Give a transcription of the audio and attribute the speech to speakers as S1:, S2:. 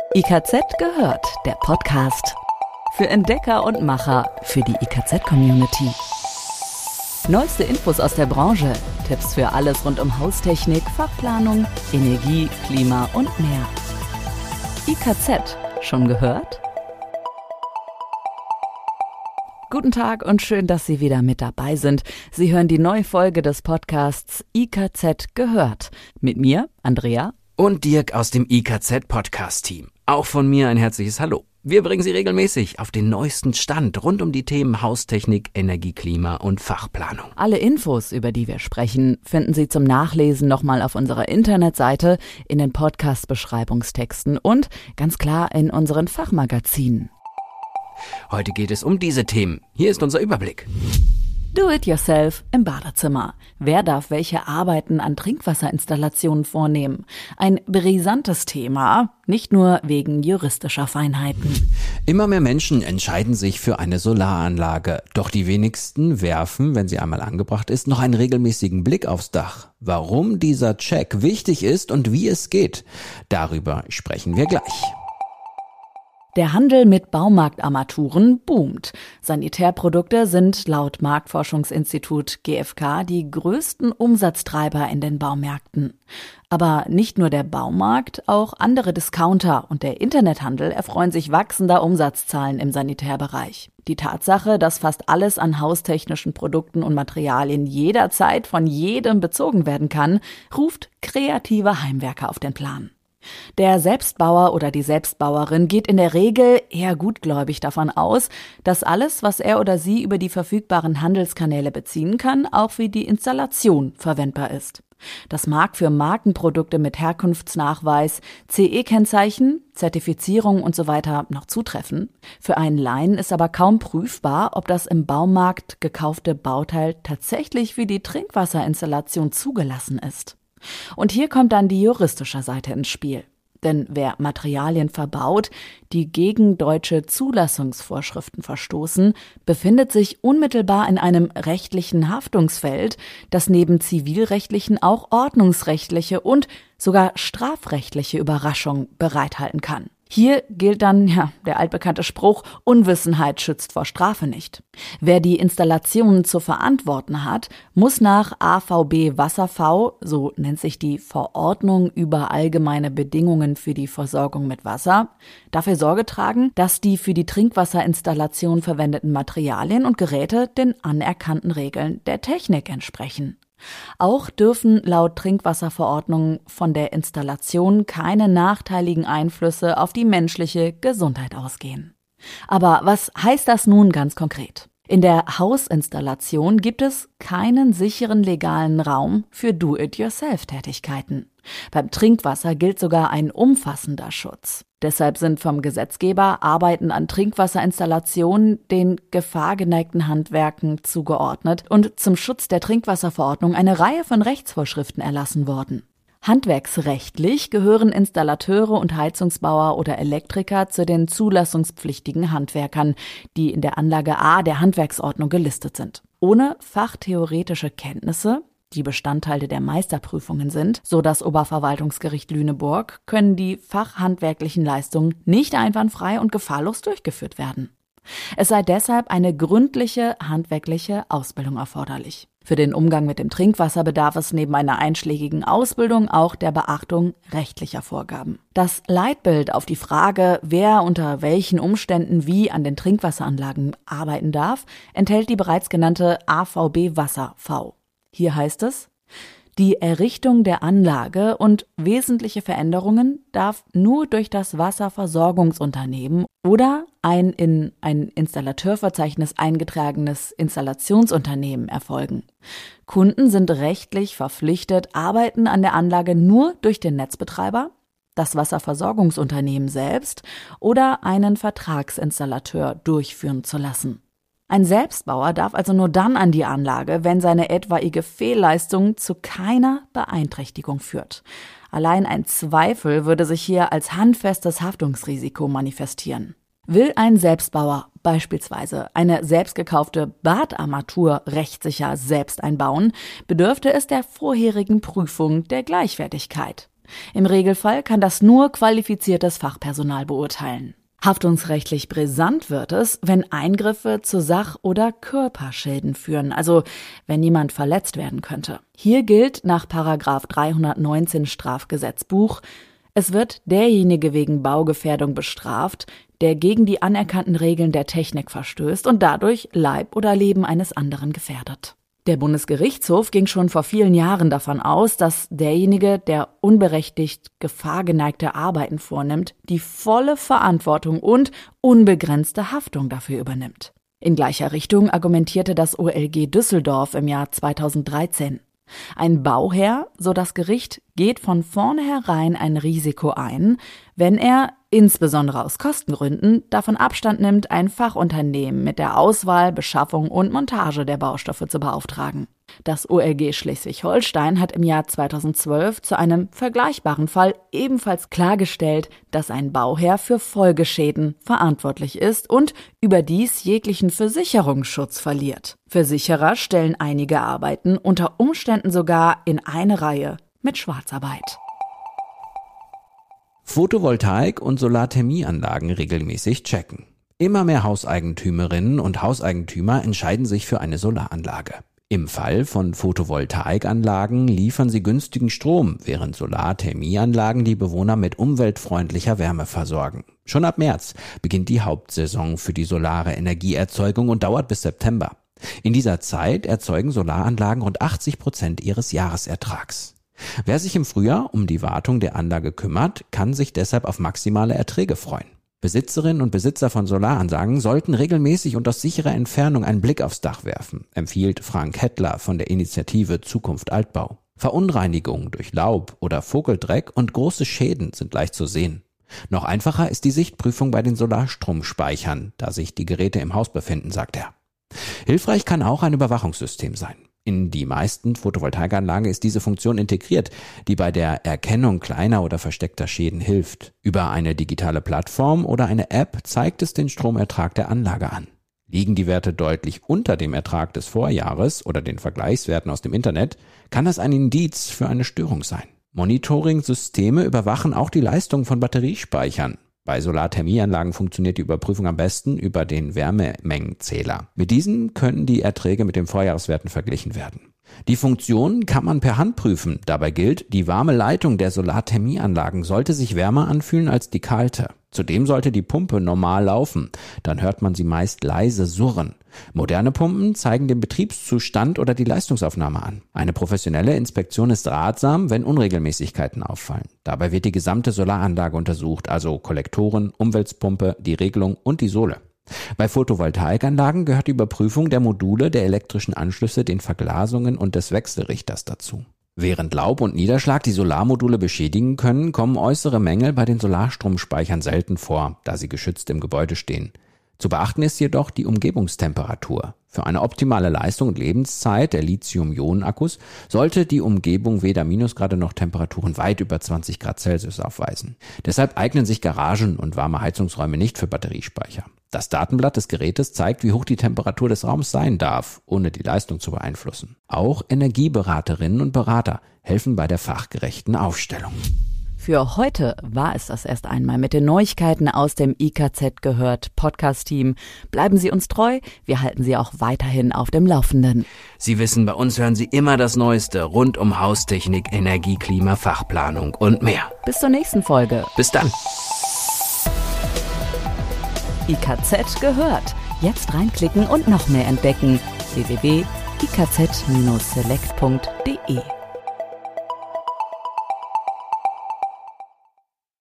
S1: IKZ gehört, der Podcast. Für Entdecker und Macher, für die IKZ-Community. Neueste Infos aus der Branche, Tipps für alles rund um Haustechnik, Fachplanung, Energie, Klima und mehr. IKZ, schon gehört? Guten Tag und schön, dass Sie wieder mit dabei sind. Sie hören die neue Folge des Podcasts IKZ gehört. Mit mir, Andrea.
S2: Und Dirk aus dem IKZ-Podcast-Team. Auch von mir ein herzliches Hallo. Wir bringen Sie regelmäßig auf den neuesten Stand rund um die Themen Haustechnik, Energie, Klima und Fachplanung.
S1: Alle Infos, über die wir sprechen, finden Sie zum Nachlesen nochmal auf unserer Internetseite, in den Podcast-Beschreibungstexten und ganz klar in unseren Fachmagazinen.
S2: Heute geht es um diese Themen. Hier ist unser Überblick.
S1: Do-it-yourself im Badezimmer. Wer darf welche Arbeiten an Trinkwasserinstallationen vornehmen? Ein brisantes Thema, nicht nur wegen juristischer Feinheiten.
S2: Immer mehr Menschen entscheiden sich für eine Solaranlage. Doch die wenigsten werfen, wenn sie einmal angebracht ist, noch einen regelmäßigen Blick aufs Dach. Warum dieser Check wichtig ist und wie es geht, darüber sprechen wir gleich.
S1: Der Handel mit Baumarktarmaturen boomt. Sanitärprodukte sind laut Marktforschungsinstitut GfK die größten Umsatztreiber in den Baumärkten. Aber nicht nur der Baumarkt, auch andere Discounter und der Internethandel erfreuen sich wachsender Umsatzzahlen im Sanitärbereich. Die Tatsache, dass fast alles an haustechnischen Produkten und Materialien jederzeit von jedem bezogen werden kann, ruft kreative Heimwerker auf den Plan. Der Selbstbauer oder die Selbstbauerin geht in der Regel eher gutgläubig davon aus, dass alles, was er oder sie über die verfügbaren Handelskanäle beziehen kann, auch für die Installation verwendbar ist. Das mag für Markenprodukte mit Herkunftsnachweis, CE-Kennzeichen, Zertifizierung usw. noch zutreffen. Für einen Laien ist aber kaum prüfbar, ob das im Baumarkt gekaufte Bauteil tatsächlich für die Trinkwasserinstallation zugelassen ist. Und hier kommt dann die juristische Seite ins Spiel. Denn wer Materialien verbaut, die gegen deutsche Zulassungsvorschriften verstoßen, befindet sich unmittelbar in einem rechtlichen Haftungsfeld, das neben zivilrechtlichen auch ordnungsrechtliche und sogar strafrechtliche Überraschungen bereithalten kann. Hier gilt dann der altbekannte Spruch, Unwissenheit schützt vor Strafe nicht. Wer die Installationen zu verantworten hat, muss nach AVB Wasser-V, so nennt sich die Verordnung über allgemeine Bedingungen für die Versorgung mit Wasser, dafür Sorge tragen, dass die für die Trinkwasserinstallation verwendeten Materialien und Geräte den anerkannten Regeln der Technik entsprechen. Auch dürfen laut Trinkwasserverordnung von der Installation keine nachteiligen Einflüsse auf die menschliche Gesundheit ausgehen. Aber was heißt das nun ganz konkret? In der Hausinstallation gibt es keinen sicheren legalen Raum für Do-it-yourself-Tätigkeiten. Beim Trinkwasser gilt sogar ein umfassender Schutz. Deshalb sind vom Gesetzgeber Arbeiten an Trinkwasserinstallationen den gefahrgeneigten Handwerken zugeordnet und zum Schutz der Trinkwasserverordnung eine Reihe von Rechtsvorschriften erlassen worden. Handwerksrechtlich gehören Installateure und Heizungsbauer oder Elektriker zu den zulassungspflichtigen Handwerkern, die in der Anlage A der Handwerksordnung gelistet sind. Ohne fachtheoretische Kenntnisse, die Bestandteile der Meisterprüfungen sind, so das Oberverwaltungsgericht Lüneburg, können die fachhandwerklichen Leistungen nicht einwandfrei und gefahrlos durchgeführt werden. Es sei deshalb eine gründliche handwerkliche Ausbildung erforderlich. Für den Umgang mit dem Trinkwasser bedarf es neben einer einschlägigen Ausbildung auch der Beachtung rechtlicher Vorgaben. Das Leitbild auf die Frage, wer unter welchen Umständen wie an den Trinkwasseranlagen arbeiten darf, enthält die bereits genannte AVB Wasser-V. Hier heißt es: Die Errichtung der Anlage und wesentliche Veränderungen darf nur durch das Wasserversorgungsunternehmen oder ein in ein Installateurverzeichnis eingetragenes Installationsunternehmen erfolgen. Kunden sind rechtlich verpflichtet, Arbeiten an der Anlage nur durch den Netzbetreiber, das Wasserversorgungsunternehmen selbst oder einen Vertragsinstallateur durchführen zu lassen. Ein Selbstbauer darf also nur dann an die Anlage, wenn seine etwaige Fehlleistung zu keiner Beeinträchtigung führt. Allein ein Zweifel würde sich hier als handfestes Haftungsrisiko manifestieren. Will ein Selbstbauer beispielsweise eine selbst gekaufte Badarmatur rechtssicher selbst einbauen, bedürfte es der vorherigen Prüfung der Gleichwertigkeit. Im Regelfall kann das nur qualifiziertes Fachpersonal beurteilen. Haftungsrechtlich brisant wird es, wenn Eingriffe zu Sach- oder Körperschäden führen, also wenn jemand verletzt werden könnte. Hier gilt nach § 319 Strafgesetzbuch: Es wird derjenige wegen Baugefährdung bestraft, der gegen die anerkannten Regeln der Technik verstößt und dadurch Leib oder Leben eines anderen gefährdet. Der Bundesgerichtshof ging schon vor vielen Jahren davon aus, dass derjenige, der unberechtigt gefahrgeneigte Arbeiten vornimmt, die volle Verantwortung und unbegrenzte Haftung dafür übernimmt. In gleicher Richtung argumentierte das OLG Düsseldorf im Jahr 2013. Ein Bauherr, so das Gericht, geht von vornherein ein Risiko ein, wenn er, insbesondere aus Kostengründen, davon Abstand nimmt, ein Fachunternehmen mit der Auswahl, Beschaffung und Montage der Baustoffe zu beauftragen. Das OLG Schleswig-Holstein hat im Jahr 2012 zu einem vergleichbaren Fall ebenfalls klargestellt, dass ein Bauherr für Folgeschäden verantwortlich ist und überdies jeglichen Versicherungsschutz verliert. Versicherer stellen einige Arbeiten unter Umständen sogar in eine Reihe mit Schwarzarbeit.
S2: Photovoltaik- und Solarthermieanlagen regelmäßig checken. Immer mehr Hauseigentümerinnen und Hauseigentümer entscheiden sich für eine Solaranlage. Im Fall von Photovoltaikanlagen liefern sie günstigen Strom, während Solarthermieanlagen die Bewohner mit umweltfreundlicher Wärme versorgen. Schon ab März beginnt die Hauptsaison für die solare Energieerzeugung und dauert bis September. In dieser Zeit erzeugen Solaranlagen rund 80% ihres Jahresertrags. Wer sich im Frühjahr um die Wartung der Anlage kümmert, kann sich deshalb auf maximale Erträge freuen. Besitzerinnen und Besitzer von Solaranlagen sollten regelmäßig und aus sicherer Entfernung einen Blick aufs Dach werfen, empfiehlt Frank Hettler von der Initiative Zukunft Altbau. Verunreinigungen durch Laub oder Vogeldreck und große Schäden sind leicht zu sehen. Noch einfacher ist die Sichtprüfung bei den Solarstromspeichern, da sich die Geräte im Haus befinden, sagt er. Hilfreich kann auch ein Überwachungssystem sein. In die meisten Photovoltaikanlagen ist diese Funktion integriert, die bei der Erkennung kleiner oder versteckter Schäden hilft. Über eine digitale Plattform oder eine App zeigt es den Stromertrag der Anlage an. Liegen die Werte deutlich unter dem Ertrag des Vorjahres oder den Vergleichswerten aus dem Internet, kann das ein Indiz für eine Störung sein. Monitoring-Systeme überwachen auch die Leistung von Batteriespeichern. Bei Solarthermieanlagen funktioniert die Überprüfung am besten über den Wärmemengenzähler. Mit diesem können die Erträge mit den Vorjahreswerten verglichen werden. Die Funktion kann man per Hand prüfen. Dabei gilt, die warme Leitung der Solarthermieanlagen sollte sich wärmer anfühlen als die kalte. Zudem sollte die Pumpe normal laufen. Dann hört man sie meist leise surren. Moderne Pumpen zeigen den Betriebszustand oder die Leistungsaufnahme an. Eine professionelle Inspektion ist ratsam, wenn Unregelmäßigkeiten auffallen. Dabei wird die gesamte Solaranlage untersucht, also Kollektoren, Umwälzpumpe, die Regelung und die Sohle. Bei Photovoltaikanlagen gehört die Überprüfung der Module, der elektrischen Anschlüsse, den Verglasungen und des Wechselrichters dazu. Während Laub und Niederschlag die Solarmodule beschädigen können, kommen äußere Mängel bei den Solarstromspeichern selten vor, da sie geschützt im Gebäude stehen. Zu beachten ist jedoch die Umgebungstemperatur. Für eine optimale Leistung und Lebenszeit der Lithium-Ionen-Akkus sollte die Umgebung weder Minusgrade noch Temperaturen weit über 20 Grad Celsius aufweisen. Deshalb eignen sich Garagen und warme Heizungsräume nicht für Batteriespeicher. Das Datenblatt des Gerätes zeigt, wie hoch die Temperatur des Raums sein darf, ohne die Leistung zu beeinflussen. Auch Energieberaterinnen und Berater helfen bei der fachgerechten Aufstellung.
S1: Für heute war es das erst einmal mit den Neuigkeiten aus dem IKZ gehört Podcast-Team. Bleiben Sie uns treu, wir halten Sie auch weiterhin auf dem Laufenden.
S2: Sie wissen, bei uns hören Sie immer das Neueste rund um Haustechnik, Energie, Klima, Fachplanung und mehr.
S1: Bis zur nächsten Folge.
S2: Bis dann.
S1: IKZ gehört. Jetzt reinklicken und noch mehr entdecken. www.ikz-select.de